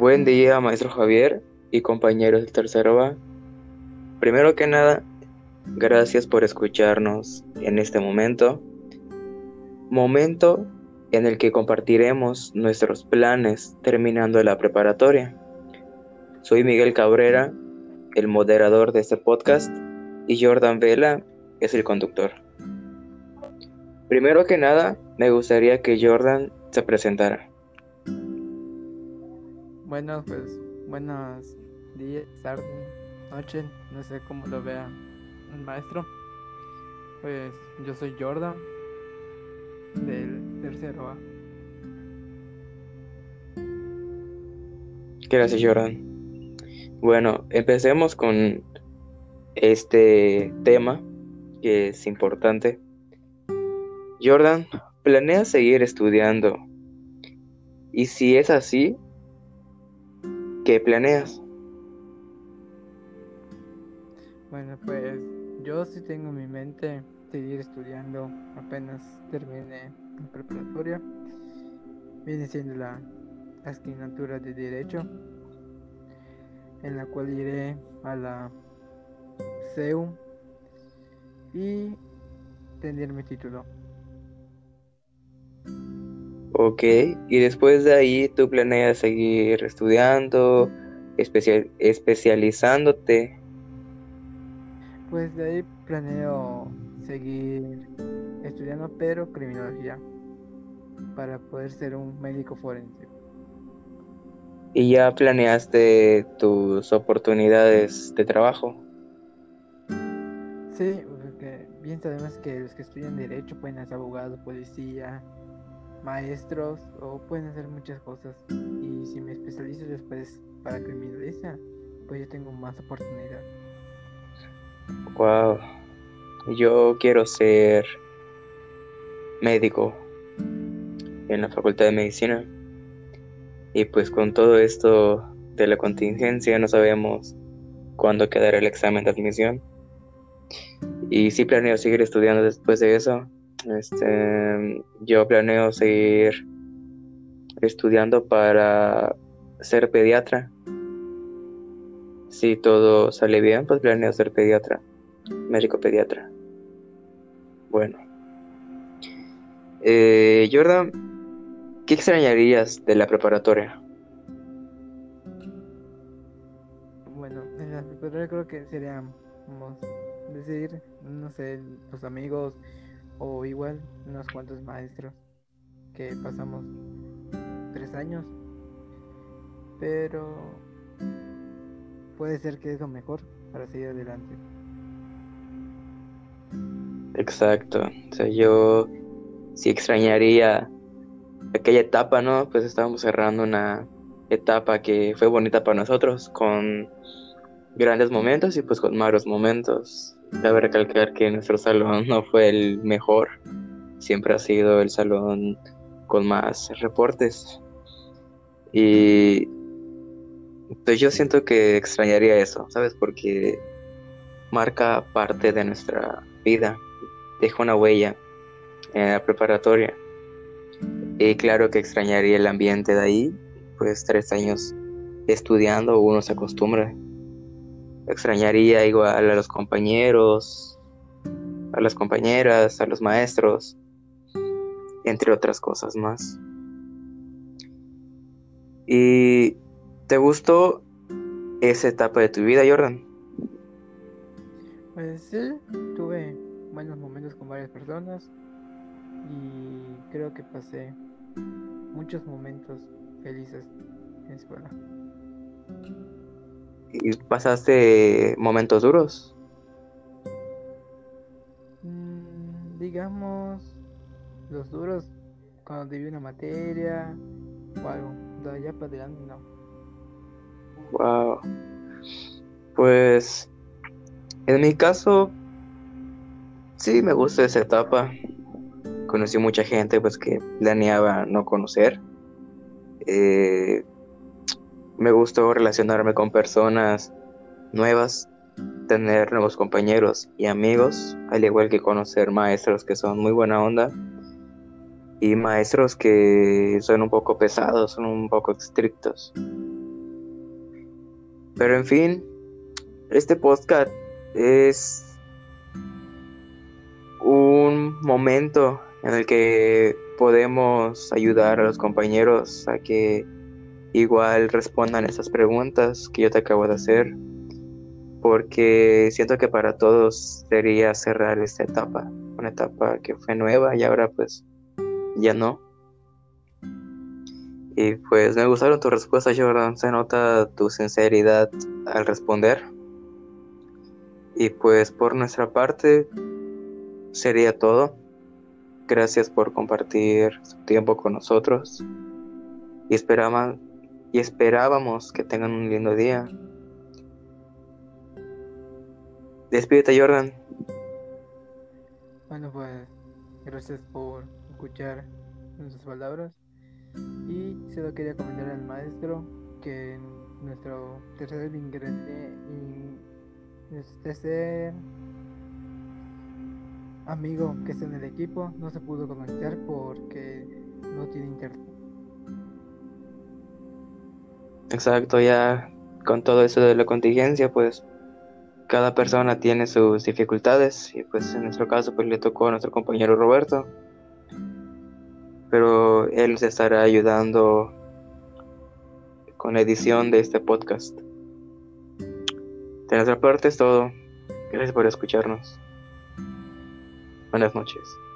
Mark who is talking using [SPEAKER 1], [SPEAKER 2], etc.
[SPEAKER 1] Buen día, maestro Javier y compañeros del tercero A. Primero que nada, gracias por escucharnos en este momento en el que compartiremos nuestros planes terminando la preparatoria. Soy Miguel Cabrera, el moderador de este podcast, y Jordan Vela es el conductor. Primero que nada, me gustaría que Jordan se presentara.
[SPEAKER 2] Bueno, pues buenos días, tarde, noche, no sé cómo lo vea el maestro. Pues yo soy Jordan del tercero A.
[SPEAKER 1] Gracias, Jordan. Bueno, empecemos con este tema que es importante. Jordan, ¿planeas seguir estudiando? Y si es así, ¿qué planeas?
[SPEAKER 2] Bueno, pues yo sí tengo en mi mente seguir estudiando apenas termine la preparatoria. Viene siendo la asignatura de Derecho, en la cual iré a la CEU y tener mi título.
[SPEAKER 1] Ok, y después de ahí, ¿tú planeas seguir estudiando, especializándote?
[SPEAKER 2] Pues de ahí planeo seguir estudiando, pero criminología, para poder ser un médico forense.
[SPEAKER 1] ¿Y ya planeaste tus oportunidades de trabajo?
[SPEAKER 2] Sí, porque bien sabemos que los que estudian derecho pueden ser abogados, policía, maestros o pueden hacer muchas cosas. Y si me especializo después para criminalista, pues yo tengo más oportunidad.
[SPEAKER 1] Wow, yo quiero ser médico en la Facultad de Medicina. Y pues con todo esto de la contingencia no sabemos cuándo quedará el examen de admisión. Y sí planeo seguir estudiando después de eso. Yo planeo seguir estudiando para ser pediatra. Si todo sale bien, pues planeo ser pediatra, médico pediatra. Bueno, Jordan, ¿qué extrañarías de la preparatoria?
[SPEAKER 2] Bueno, en la preparatoria creo que seríamos decir, no sé, los amigos o igual unos cuantos maestros que pasamos 3 años, pero puede ser que es lo mejor para seguir adelante.
[SPEAKER 1] Exacto. O sea, yo sí extrañaría aquella etapa, ¿no? Pues estábamos cerrando una etapa que fue bonita para nosotros, con grandes momentos y pues con malos momentos. Cabe recalcar que nuestro salón no fue el mejor, siempre ha sido el salón con más reportes. Y pues yo siento que extrañaría eso, ¿sabes? Porque marca parte de nuestra vida, deja una huella en la preparatoria. Y claro que extrañaría el ambiente de ahí, pues 3 años estudiando, uno se acostumbra. Extrañaría igual a los compañeros, a las compañeras, a los maestros, entre otras cosas más. ¿Y te gustó esa etapa de tu vida, Jordan?
[SPEAKER 2] Pues sí, tuve buenos momentos con varias personas y creo que pasé muchos momentos felices en escuela.
[SPEAKER 1] ¿Y pasaste momentos duros?
[SPEAKER 2] Digamos, los duros cuando debí una materia o algo, de allá para adelante no.
[SPEAKER 1] Wow. Pues en mi caso, sí me gusta esa etapa. Conocí mucha gente pues que planeaba no conocer. Eh, Me gustó relacionarme con personas nuevas, tener nuevos compañeros y amigos, al igual que conocer maestros que son muy buena onda y maestros que son un poco pesados, son un poco estrictos. Pero en fin, este podcast es un momento en el que podemos ayudar a los compañeros a que igual respondan esas preguntas que yo te acabo de hacer, porque siento que para todos sería cerrar esta etapa, una etapa que fue nueva y ahora pues ya no. Y pues me gustaron tus respuestas, Jordan, se nota tu sinceridad al responder. Y pues por nuestra parte sería todo. Gracias por compartir su tiempo con nosotros y esperábamos que tengan un lindo día. Despídete, Jordan.
[SPEAKER 2] Bueno, pues gracias por escuchar nuestras palabras. Y solo quería comentar al maestro que nuestro tercer ingrediente y nuestro tercer amigo que está en el equipo no se pudo conectar porque no tiene internet.
[SPEAKER 1] Exacto, ya con todo eso de la contingencia, pues cada persona tiene sus dificultades y pues en nuestro caso pues le tocó a nuestro compañero Roberto, pero él nos estará ayudando con la edición de este podcast. De nuestra parte es todo. Gracias por escucharnos. Buenas noches.